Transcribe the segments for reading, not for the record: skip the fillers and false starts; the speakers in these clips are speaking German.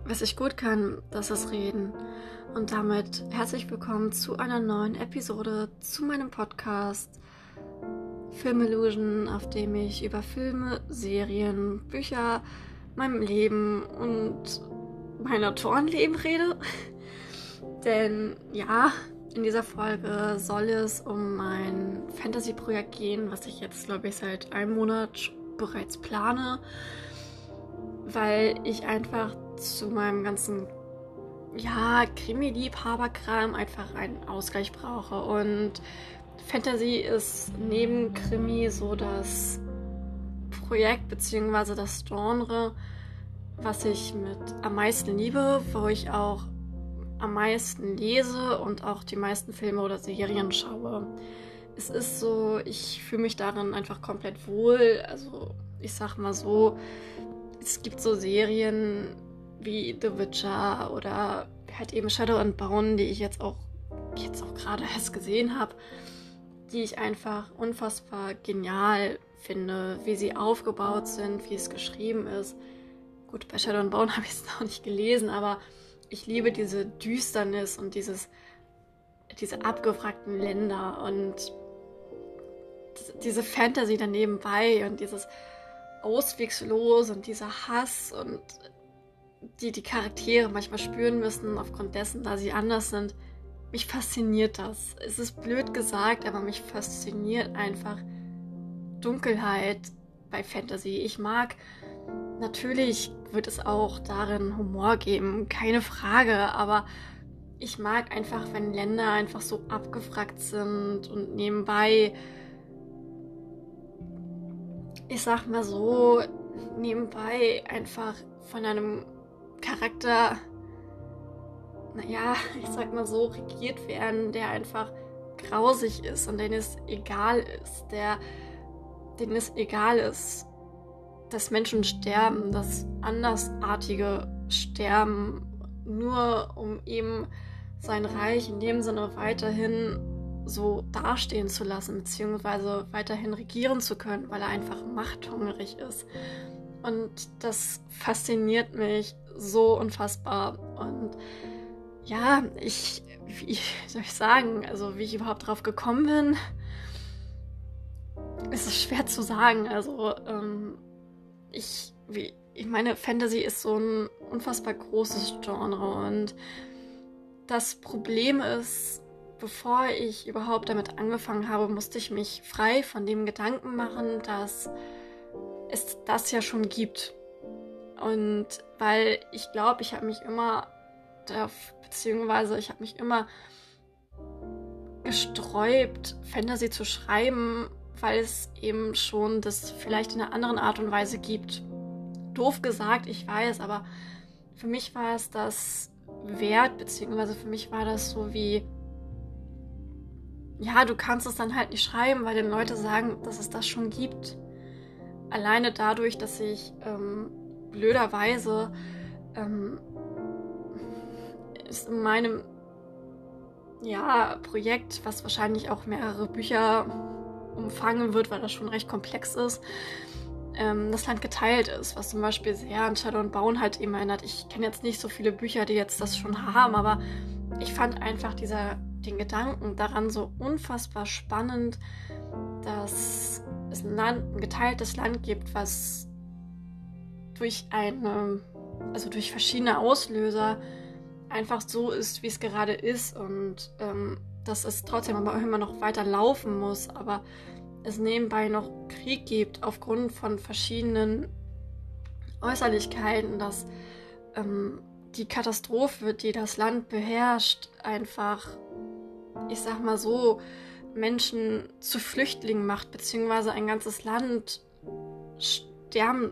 Was ich gut kann, das ist reden. Und damit herzlich willkommen zu einer neuen Episode zu meinem Podcast Film Illusion, auf dem ich über Filme, Serien, Bücher, meinem Leben und mein Autorenleben rede. Denn ja, in dieser Folge soll es um mein Fantasy-Projekt gehen, was ich jetzt, glaube ich, seit einem Monat bereits plane, weil ich einfach zu meinem ganzen Krimi-Liebhaber-Kram einfach einen Ausgleich brauche. Und Fantasy ist neben Krimi so das Projekt bzw. das Genre, was ich mit am meisten liebe, wo ich auch am meisten lese und auch die meisten Filme oder Serien schaue. Es ist so, ich fühle mich darin einfach komplett wohl. Also ich sag mal so, es gibt so Serien wie The Witcher oder halt eben Shadow and Bone, die ich jetzt auch gerade erst gesehen habe, die ich einfach unfassbar genial finde, wie sie aufgebaut sind, wie es geschrieben ist. Gut, bei Shadow and Bone habe ich es noch nicht gelesen, aber ich liebe diese Düsternis und diese abgewrackten Länder und diese Fantasy dann nebenbei und dieses Auswegslos und dieser Hass und die Charaktere manchmal spüren müssen aufgrund dessen, da sie anders sind. Mich fasziniert das. Es ist blöd gesagt, aber mich fasziniert einfach Dunkelheit bei Fantasy. Ich mag, natürlich wird es auch darin Humor geben, keine Frage, aber ich mag einfach, wenn Länder einfach so abgewrackt sind und nebenbei, ich sag mal so, nebenbei einfach von einem Charakter, ich sag mal so, regiert werden, der einfach grausig ist und denen es egal ist, dass Menschen sterben, dass Andersartige sterben, nur um eben sein Reich in dem Sinne weiterhin so dastehen zu lassen, beziehungsweise weiterhin regieren zu können, weil er einfach machthungrig ist. Und das fasziniert mich so unfassbar. Und ja, wie soll ich sagen, also wie ich überhaupt drauf gekommen bin, ist es schwer zu sagen. Also, ich meine, Fantasy ist so ein unfassbar großes Genre und das Problem ist, bevor ich überhaupt damit angefangen habe, musste ich mich frei von dem Gedanken machen, dass es das ja schon gibt. Und weil ich glaube, ich habe mich immer gesträubt, Fantasy zu schreiben, weil es eben schon das vielleicht in einer anderen Art und Weise gibt. Doof gesagt, ich weiß, aber für mich war es das wert, beziehungsweise für mich war das so wie, ja, du kannst es dann halt nicht schreiben, weil den Leute sagen, dass es das schon gibt. Alleine dadurch, dass ich blöderweise ist in meinem Projekt, was wahrscheinlich auch mehrere Bücher umfangen wird, weil das schon recht komplex ist, das Land geteilt ist, was zum Beispiel sehr an Shadow and Bone halt eben erinnert. Ich kenne jetzt nicht so viele Bücher, die jetzt das schon haben, aber ich fand einfach den Gedanken daran so unfassbar spannend, dass es ein geteiltes Land gibt, was durch verschiedene Auslöser einfach so ist, wie es gerade ist und dass es trotzdem aber immer noch weiter laufen muss, aber es nebenbei noch Krieg gibt aufgrund von verschiedenen Äußerlichkeiten, dass die Katastrophe, die das Land beherrscht, einfach, ich sag mal so, Menschen zu Flüchtlingen macht, beziehungsweise ein ganzes Land sterben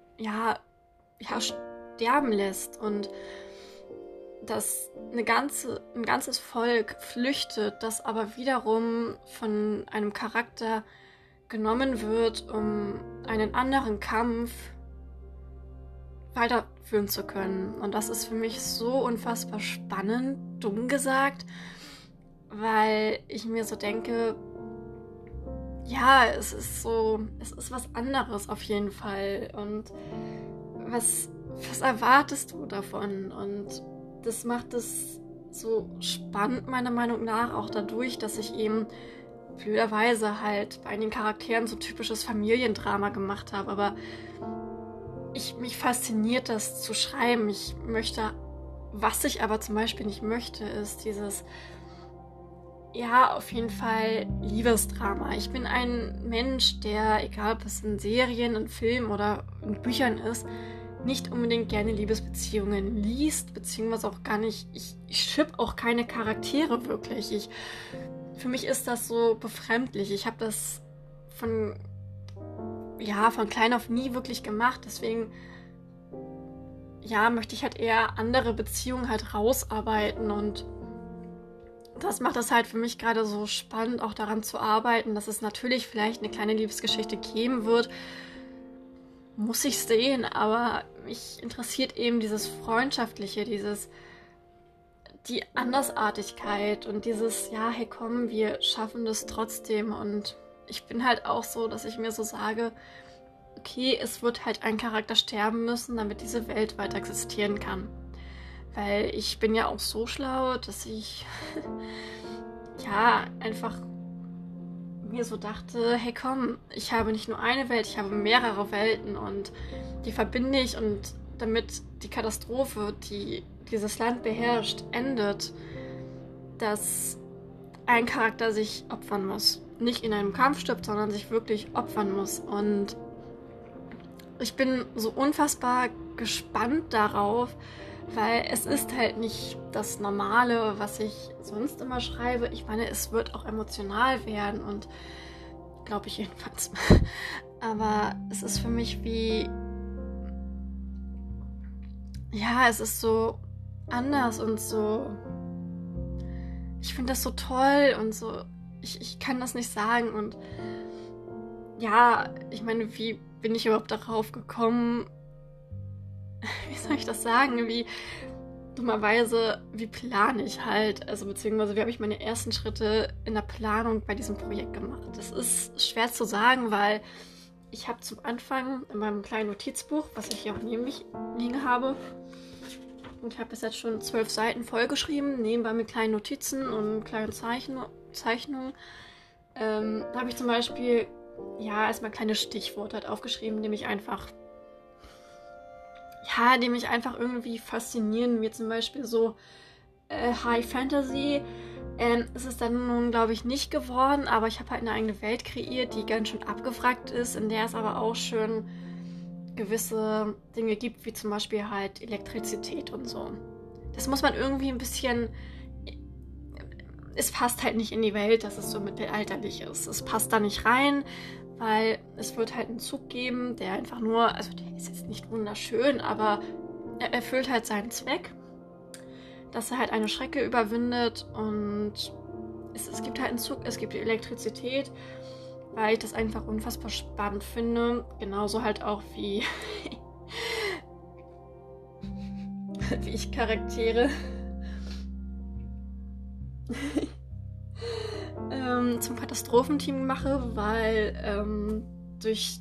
lässt und dass ein ganzes Volk flüchtet, das aber wiederum von einem Charakter genommen wird, um einen anderen Kampf weiterführen zu können. Und das ist für mich so unfassbar spannend, dumm gesagt, weil ich mir so denke, ja, es ist was anderes auf jeden Fall. Und was erwartest du davon? Und das macht es so spannend, meiner Meinung nach, auch dadurch, dass ich eben blöderweise halt bei einigen Charakteren so typisches Familiendrama gemacht habe. Aber mich fasziniert das zu schreiben. Ich möchte, was ich aber zum Beispiel nicht möchte, ist dieses, ja, auf jeden Fall Liebesdrama. Ich bin ein Mensch, der, egal ob es in Serien, in Filmen oder in Büchern ist, nicht unbedingt gerne Liebesbeziehungen liest, beziehungsweise auch gar nicht, ich ship auch keine Charaktere wirklich. Für mich ist das so befremdlich. Ich habe das von klein auf nie wirklich gemacht, deswegen, ja, möchte ich halt eher andere Beziehungen halt rausarbeiten und das macht es halt für mich gerade so spannend, auch daran zu arbeiten, dass es natürlich vielleicht eine kleine Liebesgeschichte geben wird. Muss ich sehen, aber mich interessiert eben dieses Freundschaftliche, die Andersartigkeit und dieses, ja, hey komm, wir schaffen das trotzdem. Und ich bin halt auch so, dass ich mir so sage, okay, es wird halt ein Charakter sterben müssen, damit diese Welt weiter existieren kann. Weil ich bin ja auch so schlau, dass ich ja einfach mir so dachte, hey komm, ich habe nicht nur eine Welt, ich habe mehrere Welten und die verbinde ich und damit die Katastrophe, die dieses Land beherrscht, endet, dass ein Charakter sich opfern muss. Nicht in einem Kampf stirbt, sondern sich wirklich opfern muss. Und ich bin so unfassbar gespannt darauf, weil es ist halt nicht das Normale, was ich sonst immer schreibe. Ich meine, es wird auch emotional werden und glaube ich jedenfalls. Aber es ist für mich wie, ja, es ist so anders und so, ich finde das so toll und so, ich kann das nicht sagen und ja, ich meine, wie bin ich überhaupt darauf gekommen? Wie soll ich das sagen? Dummerweise, wie plane ich halt? Also beziehungsweise, wie habe ich meine ersten Schritte in der Planung bei diesem Projekt gemacht? Das ist schwer zu sagen, weil ich habe zum Anfang in meinem kleinen Notizbuch, was ich hier auch neben mich liegen habe, und ich habe bis jetzt schon 12 Seiten vollgeschrieben, nebenbei mit kleinen Notizen und kleinen Zeichnungen, habe ich zum Beispiel, ja, erstmal kleine Stichworte halt aufgeschrieben, die mich einfach irgendwie faszinieren. Mir zum Beispiel so High Fantasy. Ist es dann nun, glaube ich, nicht geworden, aber ich habe halt eine eigene Welt kreiert, die ganz schön abgefragt ist, in der es aber auch schön gewisse Dinge gibt, wie zum Beispiel halt Elektrizität und so. Das muss man irgendwie ein bisschen... Es passt halt nicht in die Welt, dass es so mittelalterlich ist. Es passt da nicht rein, weil es wird halt einen Zug geben, der einfach nur, also der ist jetzt nicht wunderschön, aber er erfüllt halt seinen Zweck, dass er halt eine Strecke überwindet und es gibt halt einen Zug, es gibt die Elektrizität, weil ich das einfach unfassbar spannend finde. Genauso halt auch wie ich Charaktere zum Katastrophenteam mache, weil durch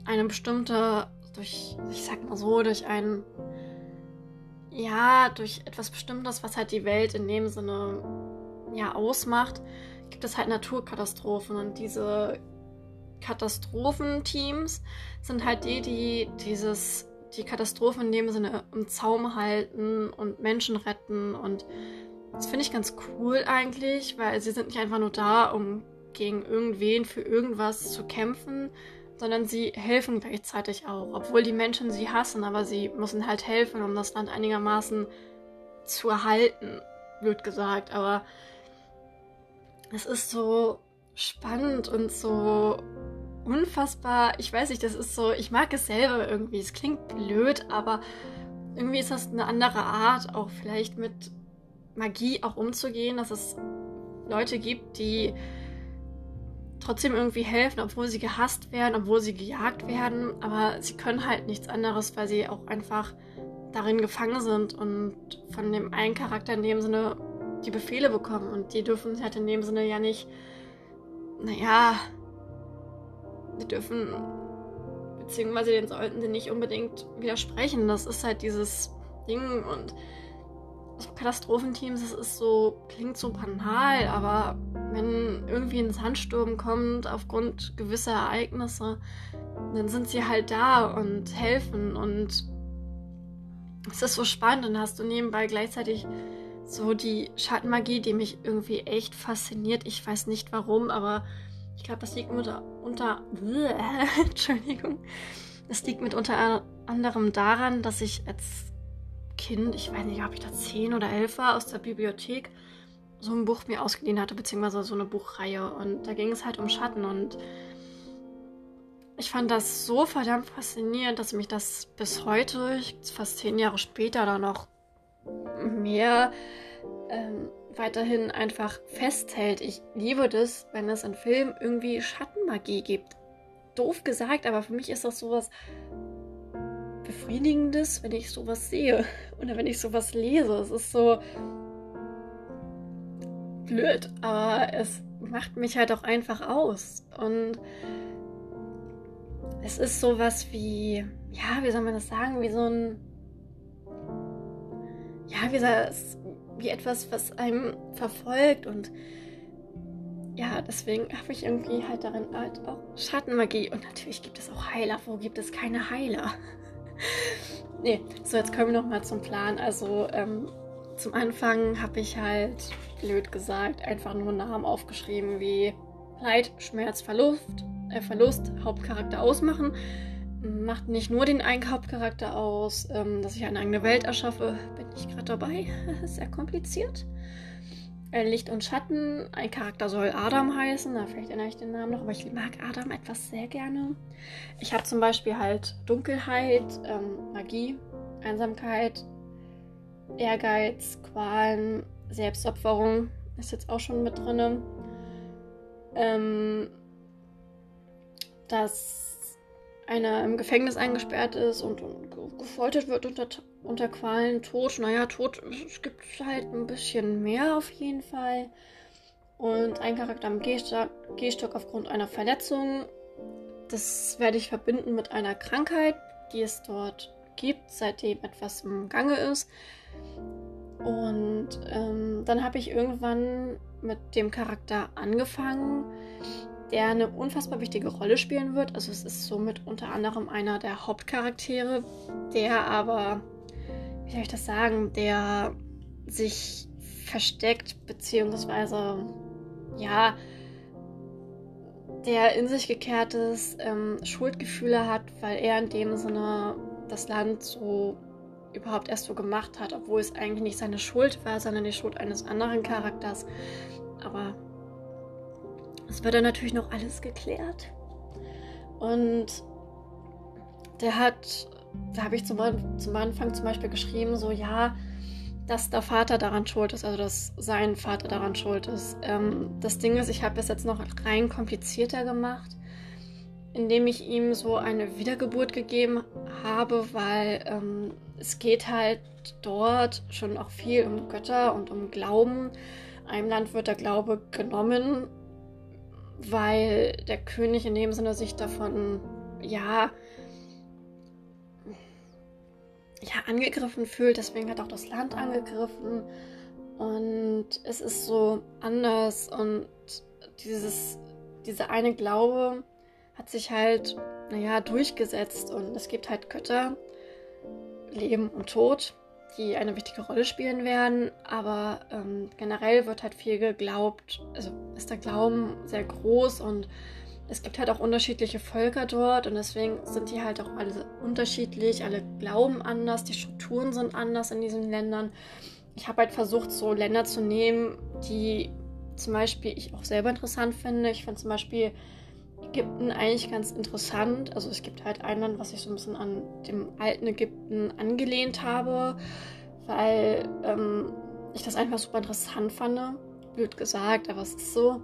etwas Bestimmtes, was halt die Welt in dem Sinne ja ausmacht, gibt es halt Naturkatastrophen und diese Katastrophenteams sind halt die Katastrophen in dem Sinne im Zaum halten und Menschen retten und das finde ich ganz cool eigentlich, weil sie sind nicht einfach nur da, um gegen irgendwen für irgendwas zu kämpfen, sondern sie helfen gleichzeitig auch, obwohl die Menschen sie hassen, aber sie müssen halt helfen, um das Land einigermaßen zu erhalten, blöd gesagt, aber es ist so spannend und so unfassbar, ich weiß nicht, das ist so, ich mag es selber irgendwie, es klingt blöd, aber irgendwie ist das eine andere Art, auch vielleicht mit Magie auch umzugehen, dass es Leute gibt, die trotzdem irgendwie helfen, obwohl sie gehasst werden, obwohl sie gejagt werden, aber sie können halt nichts anderes, weil sie auch einfach darin gefangen sind und von dem einen Charakter in dem Sinne die Befehle bekommen und die dürfen halt in dem Sinne ja nicht, naja, die dürfen beziehungsweise den sollten sie nicht unbedingt widersprechen. Das ist halt dieses Ding und so Katastrophenteams, das ist so, klingt so banal, aber wenn irgendwie ein Sandsturm kommt aufgrund gewisser Ereignisse, dann sind sie halt da und helfen und es ist so spannend und hast du nebenbei gleichzeitig so die Schattenmagie, die mich irgendwie echt fasziniert. Ich weiß nicht warum, aber ich glaube, das liegt Entschuldigung. Das liegt mit unter anderem daran, dass ich als Kind, ich weiß nicht, ob ich da 10 oder 11 war, aus der Bibliothek so ein Buch mir ausgeliehen hatte, beziehungsweise so eine Buchreihe. Und da ging es halt um Schatten. Und ich fand das so verdammt faszinierend, dass mich das bis heute, fast 10 Jahre später, da noch mehr weiterhin einfach festhält. Ich liebe das, wenn es in Filmen irgendwie Schattenmagie gibt. Doof gesagt, aber für mich ist das sowas Befriedigendes, wenn ich sowas sehe oder wenn ich sowas lese. Es ist so blöd, aber es macht mich halt auch einfach aus. Und es ist sowas wie, ja, wie soll man das sagen, wie so ein, ja, wie etwas, was einem verfolgt und ja, deswegen habe ich irgendwie halt darin halt auch Schattenmagie. Und natürlich gibt es auch Heiler. Wo gibt es keine Heiler? Nee, so jetzt kommen wir nochmal zum Plan. Also zum Anfang habe ich halt, blöd gesagt, einfach nur Namen aufgeschrieben wie Leid, Schmerz, Verlust, Hauptcharakter ausmachen. Macht nicht nur den einen Hauptcharakter aus, dass ich eine eigene Welt erschaffe. Bin ich gerade dabei? Sehr kompliziert. Licht und Schatten. Ein Charakter soll Adam heißen. Vielleicht erinnere ich den Namen noch, aber ich mag Adam etwas sehr gerne. Ich habe zum Beispiel halt Dunkelheit, Magie, Einsamkeit, Ehrgeiz, Qualen, Selbstopferung. Ist jetzt auch schon mit drin. Dass einer im Gefängnis eingesperrt ist und gefoltert wird unter Qualen, Tod. Naja, Tod, es gibt halt ein bisschen mehr auf jeden Fall. Und ein Charakter am Gehstock aufgrund einer Verletzung. Das werde ich verbinden mit einer Krankheit, die es dort gibt, seitdem etwas im Gange ist. Und dann habe ich irgendwann mit dem Charakter angefangen, der eine unfassbar wichtige Rolle spielen wird. Also es ist somit unter anderem einer der Hauptcharaktere, der aber, wie soll ich das sagen, der sich versteckt, beziehungsweise, ja, der in sich gekehrt ist, Schuldgefühle hat, weil er in dem Sinne das Land so überhaupt erst so gemacht hat, obwohl es eigentlich nicht seine Schuld war, sondern die Schuld eines anderen Charakters. Aber es wird dann natürlich noch alles geklärt. Und da habe ich zum Anfang zum Beispiel geschrieben, so ja, dass der Vater daran schuld ist, also dass sein Vater daran schuld ist. Das Ding ist, ich habe es jetzt noch rein komplizierter gemacht, indem ich ihm so eine Wiedergeburt gegeben habe, weil es geht halt dort schon auch viel um Götter und um Glauben. Einem Land wird der Glaube genommen, weil der König in dem Sinne sich davon, angegriffen fühlt. Deswegen hat auch das Land angegriffen. Und es ist so anders. Und dieser eine Glaube hat sich halt, durchgesetzt. Und es gibt halt Götter, Leben und Tod, die eine wichtige Rolle spielen werden, aber generell wird halt viel geglaubt, also ist der Glauben sehr groß und es gibt halt auch unterschiedliche Völker dort und deswegen sind die halt auch alle unterschiedlich, alle glauben anders, die Strukturen sind anders in diesen Ländern. Ich habe halt versucht, so Länder zu nehmen, die zum Beispiel ich auch selber interessant finde. Ich finde zum Beispiel Ägypten eigentlich ganz interessant. Also es gibt halt ein Land, was ich so ein bisschen an dem alten Ägypten angelehnt habe, weil ich das einfach super interessant fand. Blöd gesagt, aber es ist so.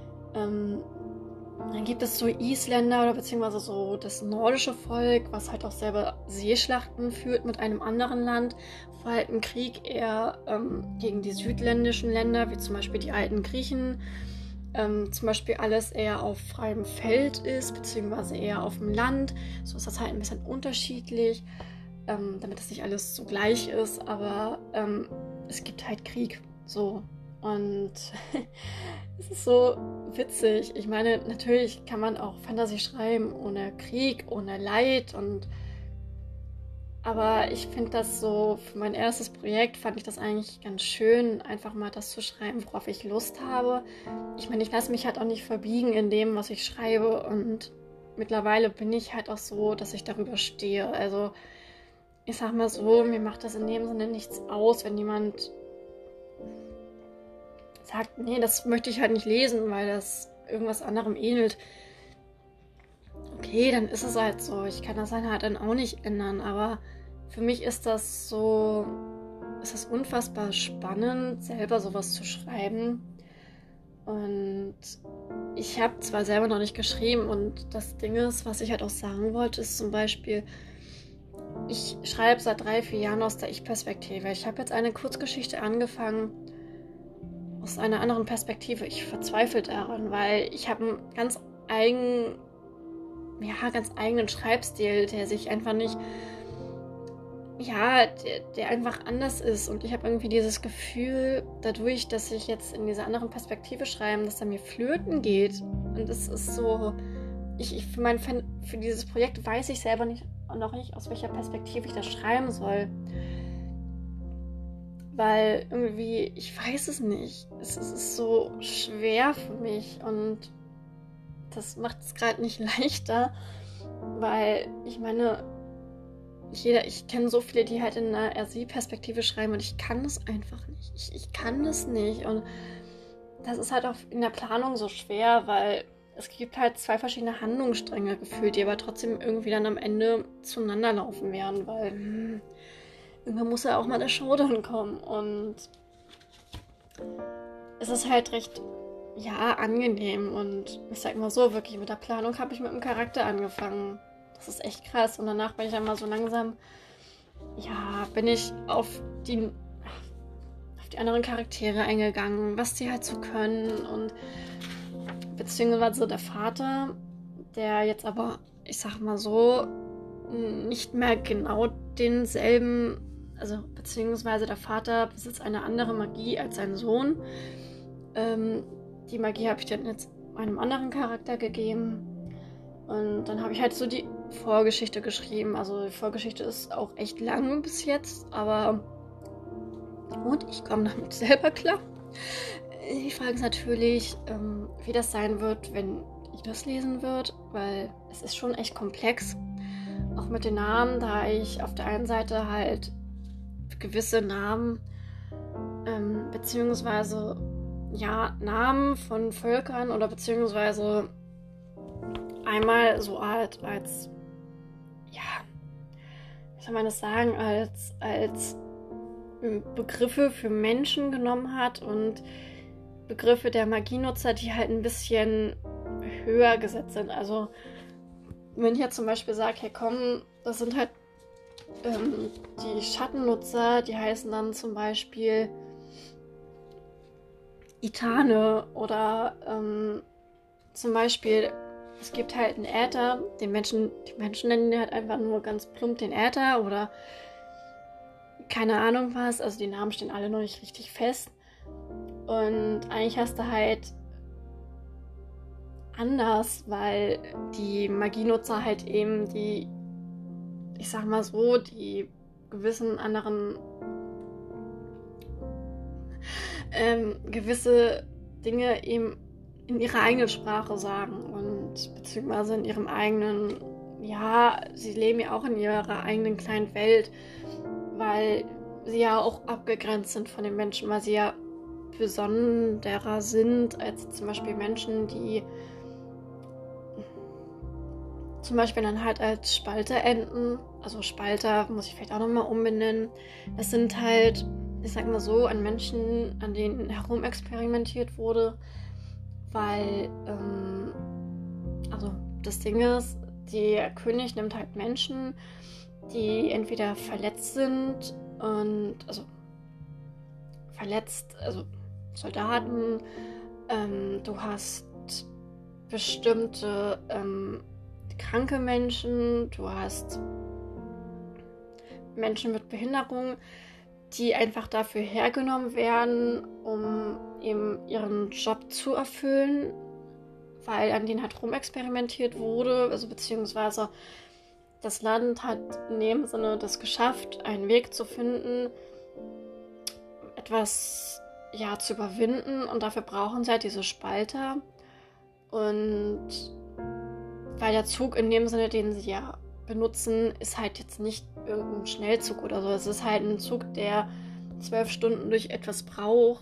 Dann gibt es so Isländer oder beziehungsweise so das nordische Volk, was halt auch selber Seeschlachten führt mit einem anderen Land, wo halt ein Krieg eher gegen die südländischen Länder, wie zum Beispiel die alten Griechen, zum Beispiel alles eher auf freiem Feld ist, beziehungsweise eher auf dem Land. So ist das halt ein bisschen unterschiedlich, damit es nicht alles so gleich ist, aber es gibt halt Krieg, so. Und es ist so witzig. Ich meine, natürlich kann man auch Fantasy schreiben ohne Krieg, ohne Leid aber ich finde das so, für mein erstes Projekt fand ich das eigentlich ganz schön, einfach mal das zu schreiben, worauf ich Lust habe. Ich meine, ich lasse mich halt auch nicht verbiegen in dem, was ich schreibe und mittlerweile bin ich halt auch so, dass ich darüber stehe. Also ich sag mal so, mir macht das in dem Sinne nichts aus, wenn jemand sagt, nee, das möchte ich halt nicht lesen, weil das irgendwas anderem ähnelt. Okay, dann ist es halt so. Ich kann das halt dann auch nicht ändern, aber für mich ist das so, ist das unfassbar spannend, selber sowas zu schreiben. Und ich habe zwar selber noch nicht geschrieben und das Ding ist, was ich halt auch sagen wollte, ist zum Beispiel, ich schreibe seit 3-4 Jahren aus der Ich-Perspektive. Ich habe jetzt eine Kurzgeschichte angefangen aus einer anderen Perspektive. Ich verzweifle daran, weil ich habe einen ganz eigenen Schreibstil, der sich einfach nicht, der einfach anders ist. Und ich habe irgendwie dieses Gefühl, dadurch, dass ich jetzt in dieser anderen Perspektive schreibe, dass da mir flöten geht. Und es ist so, für dieses Projekt weiß ich selber noch nicht, aus welcher Perspektive ich das schreiben soll. Weil irgendwie, ich weiß es nicht. Es ist so schwer für mich und das macht es gerade nicht leichter, weil ich meine, ich kenne so viele, die halt in einer RC-Perspektive schreiben und ich kann das einfach nicht. Ich kann das nicht und das ist halt auch in der Planung so schwer, weil es gibt halt 2 verschiedene Handlungsstränge gefühlt, die aber trotzdem irgendwie dann am Ende zueinander laufen werden, weil irgendwann muss ja auch mal der Showdown kommen und es ist halt recht, angenehm und ich sag mal so, wirklich mit der Planung habe ich mit dem Charakter angefangen. Das ist echt krass und danach bin ich dann mal so langsam, bin ich auf die anderen Charaktere eingegangen, was die halt so können und beziehungsweise der Vater, der jetzt aber, ich sag mal so, nicht mehr genau denselben, also beziehungsweise der Vater besitzt eine andere Magie als sein Sohn. Die Magie habe ich dann jetzt einem anderen Charakter gegeben. Und dann habe ich halt so die Vorgeschichte geschrieben. Also die Vorgeschichte ist auch echt lang bis jetzt, aber und ich komme damit selber klar. Die Frage ist natürlich, wie das sein wird, wenn ich das lesen wird, weil es ist schon echt komplex. Auch mit den Namen, da ich auf der einen Seite halt gewisse Namen, beziehungsweise Namen von Völkern oder beziehungsweise einmal so als wie soll man das sagen, als Begriffe für Menschen genommen hat und Begriffe der Magienutzer, die halt ein bisschen höher gesetzt sind. Also wenn ich jetzt zum Beispiel sage, hey komm, das sind halt die Schattennutzer, die heißen dann zum Beispiel Itane oder zum Beispiel, es gibt halt einen Äther, die Menschen nennen den halt einfach nur ganz plump den Äther oder keine Ahnung was, also die Namen stehen alle noch nicht richtig fest und eigentlich hast du halt anders, weil die Magienutzer halt eben die, ich sag mal so, die gewissen anderen gewisse Dinge eben in ihrer eigenen Sprache sagen und beziehungsweise in ihrem eigenen, sie leben ja auch in ihrer eigenen kleinen Welt, weil sie ja auch abgegrenzt sind von den Menschen, weil sie ja besonderer sind als zum Beispiel Menschen, die zum Beispiel dann halt als Spalter enden. Also Spalter muss ich vielleicht auch nochmal umbenennen. Das sind halt, ich sag mal so, an Menschen, an denen herumexperimentiert wurde, weil, also das Ding ist, der König nimmt halt Menschen, die entweder verletzt sind und, also Soldaten Du hast bestimmte kranke Menschen, du hast Menschen mit Behinderung, die einfach dafür hergenommen werden, um eben ihren Job zu erfüllen, weil an denen halt rumexperimentiert wurde, also beziehungsweise das Land hat in dem Sinne das geschafft, einen Weg zu finden, etwas zu überwinden, und dafür brauchen sie halt diese Spalter. Und weil der Zug in dem Sinne, den sie ja benutzen, ist halt jetzt nicht irgendein Schnellzug oder so. Es ist halt ein Zug, der 12 Stunden durch etwas braucht,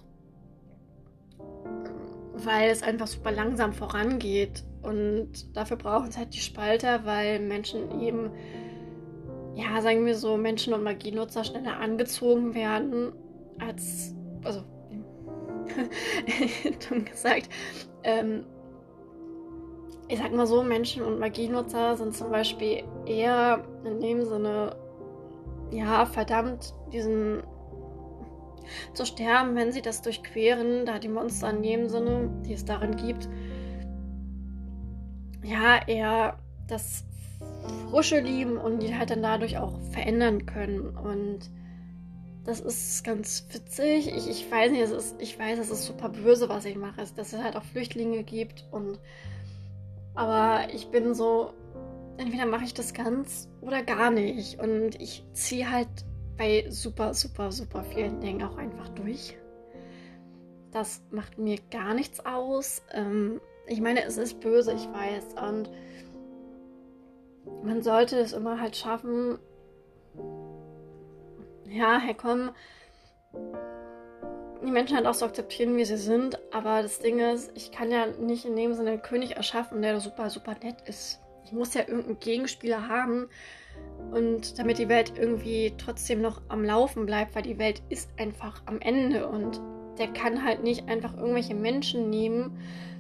weil es einfach super langsam vorangeht. Und dafür brauchen es halt die Spalter, weil Menschen eben, sagen wir so, Menschen- und Magienutzer schneller angezogen werden also, dumm gesagt, ich sag mal so, Menschen- und Magienutzer sind zum Beispiel eher in dem Sinne, verdammt, diesen zu sterben, wenn sie das durchqueren, da die Monster in dem Sinne, die es darin gibt, eher das Frische lieben und die halt dann dadurch auch verändern können. Und das ist ganz witzig. Ich weiß nicht, ich weiß, es ist super böse, was ich mache, dass es halt auch Flüchtlinge gibt. Aber ich bin so, entweder mache ich das ganz oder gar nicht. Und ich ziehe halt bei super, super, super vielen Dingen auch einfach durch. Das macht mir gar nichts aus. Ich meine, es ist böse, ich weiß. Und man sollte es immer halt schaffen, komm, die Menschen halt auch so akzeptieren, wie sie sind. Aber das Ding ist, ich kann ja nicht in dem Sinne einen König erschaffen, der super, super nett ist. Ich muss ja irgendeinen Gegenspieler haben, und damit die Welt irgendwie trotzdem noch am Laufen bleibt, weil die Welt ist einfach am Ende, und der kann halt nicht einfach irgendwelche Menschen nehmen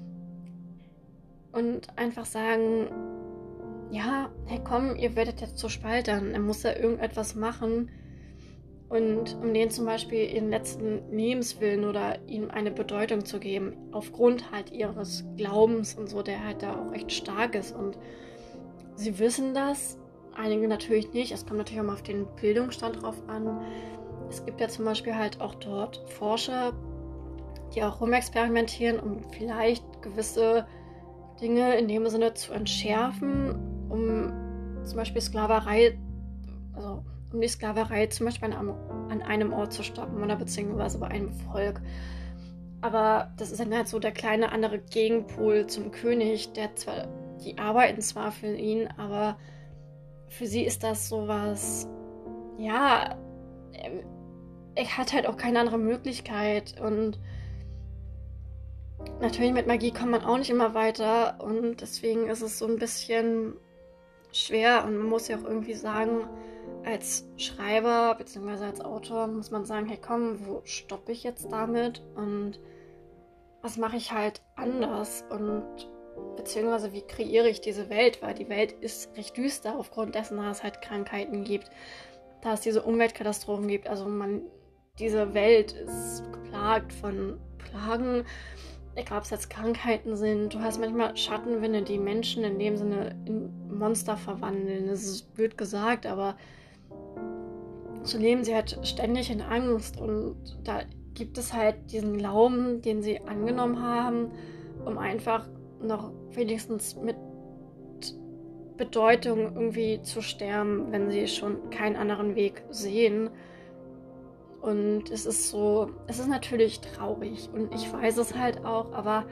und einfach sagen, hey komm, ihr werdet jetzt zu Spaltern. Er muss ja irgendetwas machen, und um denen zum Beispiel ihren letzten Lebenswillen oder ihm eine Bedeutung zu geben, aufgrund halt ihres Glaubens und so, der halt da auch echt stark ist. Und sie wissen das, einige natürlich nicht. Es kommt natürlich auch mal auf den Bildungsstand drauf an. Es gibt ja zum Beispiel halt auch dort Forscher, die auch rumexperimentieren, um vielleicht gewisse Dinge in dem Sinne zu entschärfen, um zum Beispiel Sklaverei, also um die Sklaverei zum Beispiel an einem Ort zu stoppen oder beziehungsweise bei einem Volk. Aber das ist dann halt so der kleine andere Gegenpol zum König, die arbeiten zwar für ihn, aber für sie ist das sowas, er hat halt auch keine andere Möglichkeit, und natürlich mit Magie kommt man auch nicht immer weiter, und deswegen ist es so ein bisschen schwer, und man muss ja auch irgendwie sagen, als Schreiber bzw. als Autor muss man sagen, hey komm, wo stoppe ich jetzt damit und was mache ich halt anders, und beziehungsweise wie kreiere ich diese Welt, weil die Welt ist recht düster aufgrund dessen, dass es halt Krankheiten gibt, da es diese Umweltkatastrophen gibt. Also diese Welt ist geplagt von Plagen, egal ob es jetzt Krankheiten sind. Du hast manchmal Schattenwinde, die Menschen in dem Sinne in Monster verwandeln. Das ist blöd gesagt, aber so leben sie halt ständig in Angst, und da gibt es halt diesen Glauben, den sie angenommen haben, um einfach noch wenigstens mit Bedeutung irgendwie zu sterben, wenn sie schon keinen anderen Weg sehen. Und es ist natürlich traurig, und ich weiß es halt auch, aber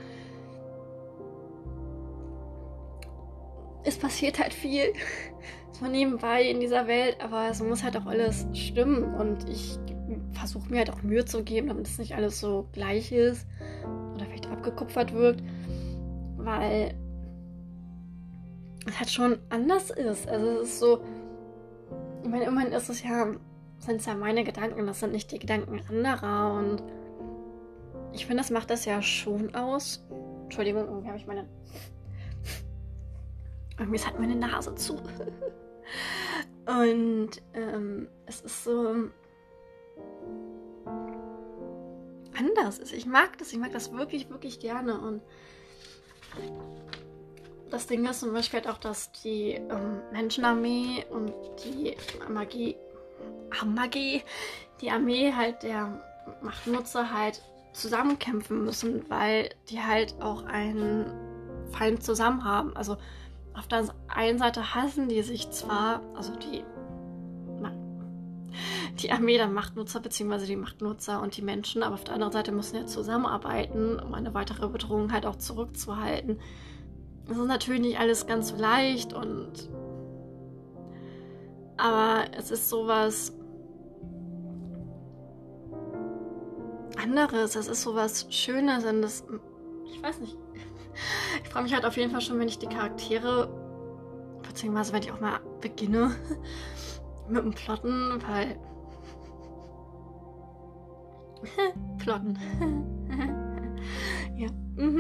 es passiert halt viel so nebenbei in dieser Welt, aber es muss halt auch alles stimmen, und ich versuche mir halt auch Mühe zu geben, damit es nicht alles so gleich ist oder vielleicht abgekupfert wirkt, weil es halt schon anders ist. Also es ist so, ich meine, immerhin sind es ja meine Gedanken, das sind nicht die Gedanken anderer, und ich finde, das macht das ja schon aus. Entschuldigung, irgendwie hat meine Nase zu. Und es ist so, anders ist. Ich mag das wirklich, wirklich gerne. Und das Ding ist zum Beispiel halt auch, dass die Menschenarmee und die die Armee halt der Machtnutzer halt zusammenkämpfen müssen, weil die halt auch einen Feind zusammen haben. Also auf der einen Seite hassen die sich zwar, also die Armee der Machtnutzer bzw. die Machtnutzer und die Menschen, aber auf der anderen Seite müssen ja zusammenarbeiten, um eine weitere Bedrohung halt auch zurückzuhalten. Das ist natürlich nicht alles ganz so leicht aber es ist sowas anderes, es ist sowas Schönes und ich weiß nicht. Ich freue mich halt auf jeden Fall schon, wenn ich die Charaktere, beziehungsweise wenn ich auch mal beginne mit dem Plotten, weil Plotten. Ja.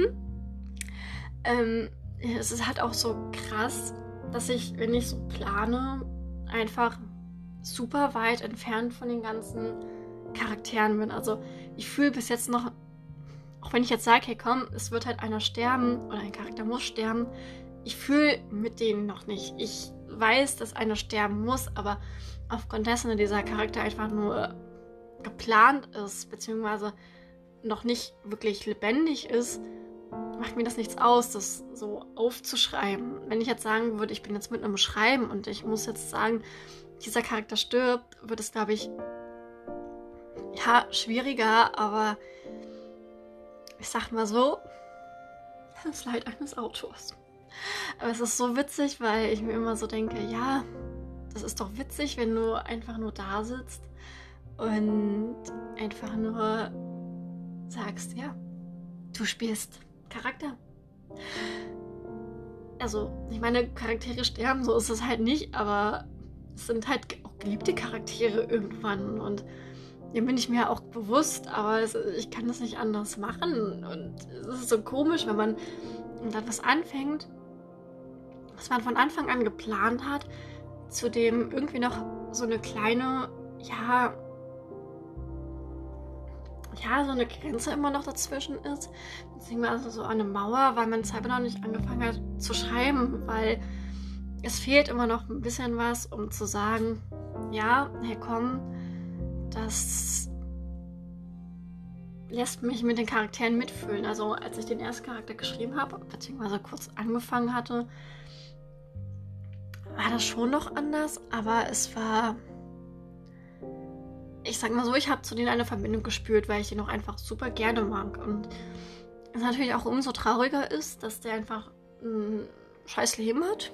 Es ist halt auch so krass, dass ich, wenn ich so plane, einfach super weit entfernt von den ganzen Charakteren bin. Also ich fühle bis jetzt noch, auch wenn ich jetzt sage, hey komm, es wird halt einer sterben oder ein Charakter muss sterben, ich fühle mit denen noch nicht. Ich weiß, dass einer sterben muss, aber aufgrund dessen, dass dieser Charakter einfach nur geplant ist, beziehungsweise noch nicht wirklich lebendig ist, macht mir das nichts aus, das so aufzuschreiben. Wenn ich jetzt sagen würde, ich bin jetzt mit einem Schreiben und ich muss jetzt sagen, dieser Charakter stirbt, wird es, glaube ich, ja, schwieriger, aber ich sag mal so, das Leid eines Autors. Aber es ist so witzig, weil ich mir immer so denke, ja, das ist doch witzig, wenn du einfach nur da sitzt und einfach nur sagst, ja, du spielst Charakter. Also, ich meine, Charaktere sterben, so ist es halt nicht, aber es sind halt auch geliebte Charaktere irgendwann und dem bin ich mir auch bewusst, aber ich kann das nicht anders machen und es ist so komisch, wenn man dann was anfängt, was man von Anfang an geplant hat, zu dem irgendwie noch so eine kleine, so eine Grenze immer noch dazwischen ist, beziehungsweise so eine Mauer, weil man selber noch nicht angefangen hat zu schreiben, weil es fehlt immer noch ein bisschen was, um zu sagen, ja, hey komm, das lässt mich mit den Charakteren mitfühlen. Also als ich den ersten Charakter geschrieben habe, beziehungsweise kurz angefangen hatte, war das schon noch anders, aber es war, ich sag mal so, ich habe zu denen eine Verbindung gespürt, weil ich den auch einfach super gerne mag. Und es natürlich auch umso trauriger ist, dass der einfach ein scheiß Leben hat.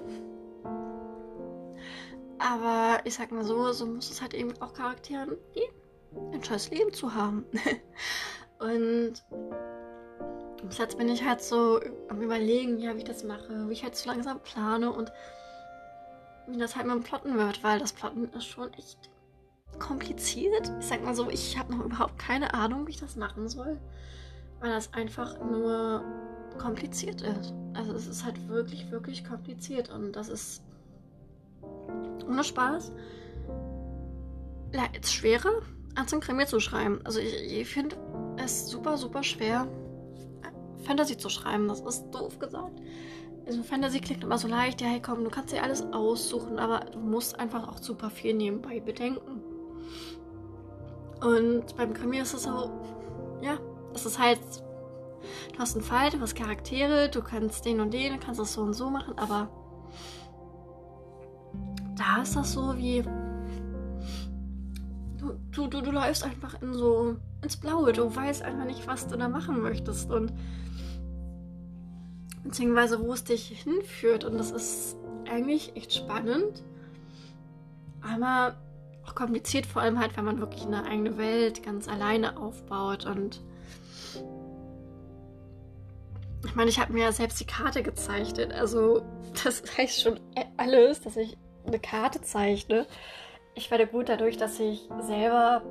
Aber ich sag mal so, so muss es halt eben auch Charakteren gehen, ein scheiß Leben zu haben. Und bis jetzt bin ich halt so am Überlegen, ja, wie ich das mache, wie ich halt so langsam plane und wie das halt mit dem Plotten wird, weil das Plotten ist schon echt kompliziert. Ich sag mal so, ich habe noch überhaupt keine Ahnung, wie ich das machen soll, weil das einfach nur kompliziert ist. Also es ist halt wirklich, wirklich kompliziert und das ist ohne Spaß jetzt schwerer, als ein Krimi zu schreiben. Also ich finde es super, super schwer, Fantasy zu schreiben. Das ist doof gesagt. Also Fantasy klingt immer so leicht. Ja, hey komm, du kannst dir alles aussuchen, aber du musst einfach auch super viel nebenbei bedenken. Und beim Krimi ist es so, ja, es ist halt, du hast einen Fall, du hast Charaktere, du kannst den und den, du kannst das so und so machen, aber da ist das so wie, du läufst einfach ins Blaue, du weißt einfach nicht, was du da machen möchtest und beziehungsweise wo es dich hinführt und das ist eigentlich echt spannend, aber auch kompliziert, vor allem halt, wenn man wirklich eine eigene Welt ganz alleine aufbaut und ich meine, ich habe mir ja selbst die Karte gezeichnet, also das heißt schon alles, dass ich eine Karte zeichne. Ich werde gut dadurch, dass ich selber,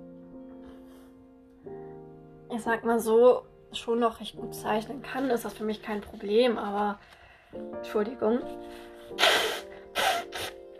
ich sag mal so, schon noch recht gut zeichnen kann, ist das für mich kein Problem, aber Entschuldigung.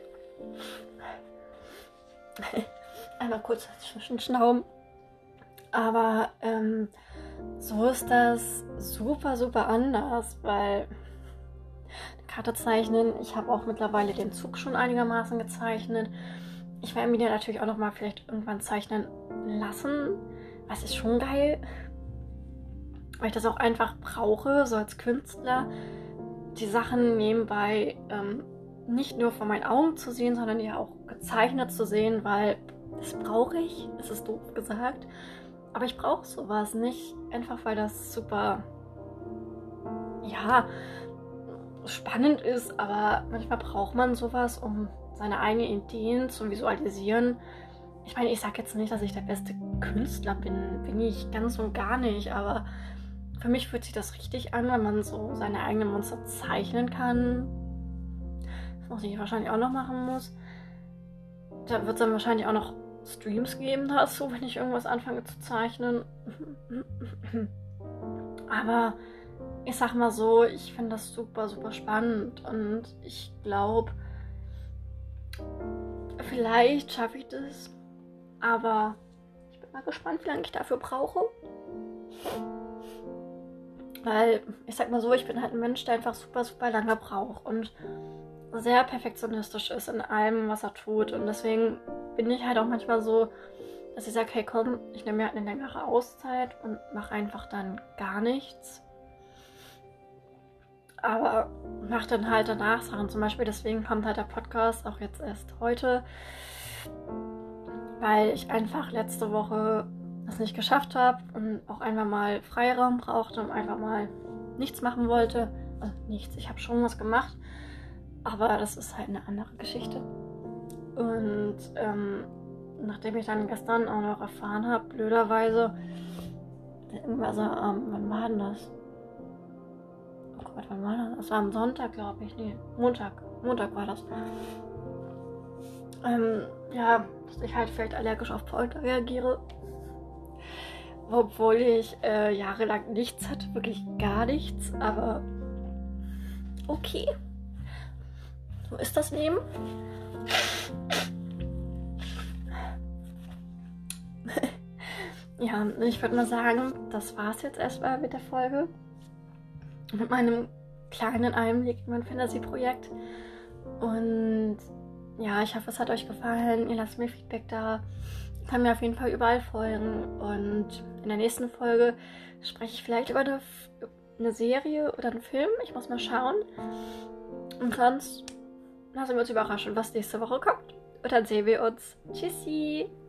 Einmal kurz zwischenschnauben. Aber so ist das super, super anders, weil eine Karte zeichnen, ich habe auch mittlerweile den Zug schon einigermaßen gezeichnet. Ich werde mir den natürlich auch nochmal vielleicht irgendwann zeichnen lassen. Das ist schon geil, weil ich das auch einfach brauche, so als Künstler, die Sachen nebenbei nicht nur vor meinen Augen zu sehen, sondern ja auch gezeichnet zu sehen, weil das brauche ich, das ist doof gesagt, aber ich brauche sowas nicht, einfach weil das super, ja, spannend ist, aber manchmal braucht man sowas, um seine eigenen Ideen zu visualisieren. Ich meine, ich sage jetzt nicht, dass ich der beste Künstler bin ich ganz und gar nicht, aber für mich fühlt sich das richtig an, wenn man so seine eigenen Monster zeichnen kann. Was ich wahrscheinlich auch noch machen muss. Da wird es dann wahrscheinlich auch noch Streams geben dazu, wenn ich irgendwas anfange zu zeichnen. Aber ich sag mal so, ich finde das super, super spannend und ich glaube, vielleicht schaffe ich das, aber ich bin mal gespannt, wie lange ich dafür brauche. Weil, ich sag mal so, ich bin halt ein Mensch, der einfach super, super lange braucht und sehr perfektionistisch ist in allem, was er tut. Und deswegen bin ich halt auch manchmal so, dass ich sage, hey komm, ich nehme mir halt eine längere Auszeit und mache einfach dann gar nichts. Aber mache dann halt danach Sachen. Zum Beispiel deswegen kommt halt der Podcast auch jetzt erst heute, weil ich einfach letzte Woche das nicht geschafft habe und auch einfach mal Freiraum brauchte und einfach mal nichts machen wollte. Also nichts, ich habe schon was gemacht, aber das ist halt eine andere Geschichte. Und nachdem ich dann gestern auch noch erfahren habe, blöderweise, irgendwas, wann war denn das? Oh Gott, wann war das? Das war am Sonntag, glaube ich. Nee, Montag war das. Ja, dass ich halt vielleicht allergisch auf Polter reagiere. Obwohl ich jahrelang nichts hatte, wirklich gar nichts, aber okay. So ist das Leben. Ja, ich würde mal sagen, das war's jetzt erstmal mit der Folge. Mit meinem kleinen Einblick in mein Fantasy-Projekt. Und ja, ich hoffe, es hat euch gefallen. Ihr lasst mir Feedback da. Ihr könnt mir auf jeden Fall überall folgen. Und in der nächsten Folge spreche ich vielleicht über eine Serie oder einen Film. Ich muss mal schauen. Und sonst lassen wir uns überraschen, was nächste Woche kommt. Und dann sehen wir uns. Tschüssi!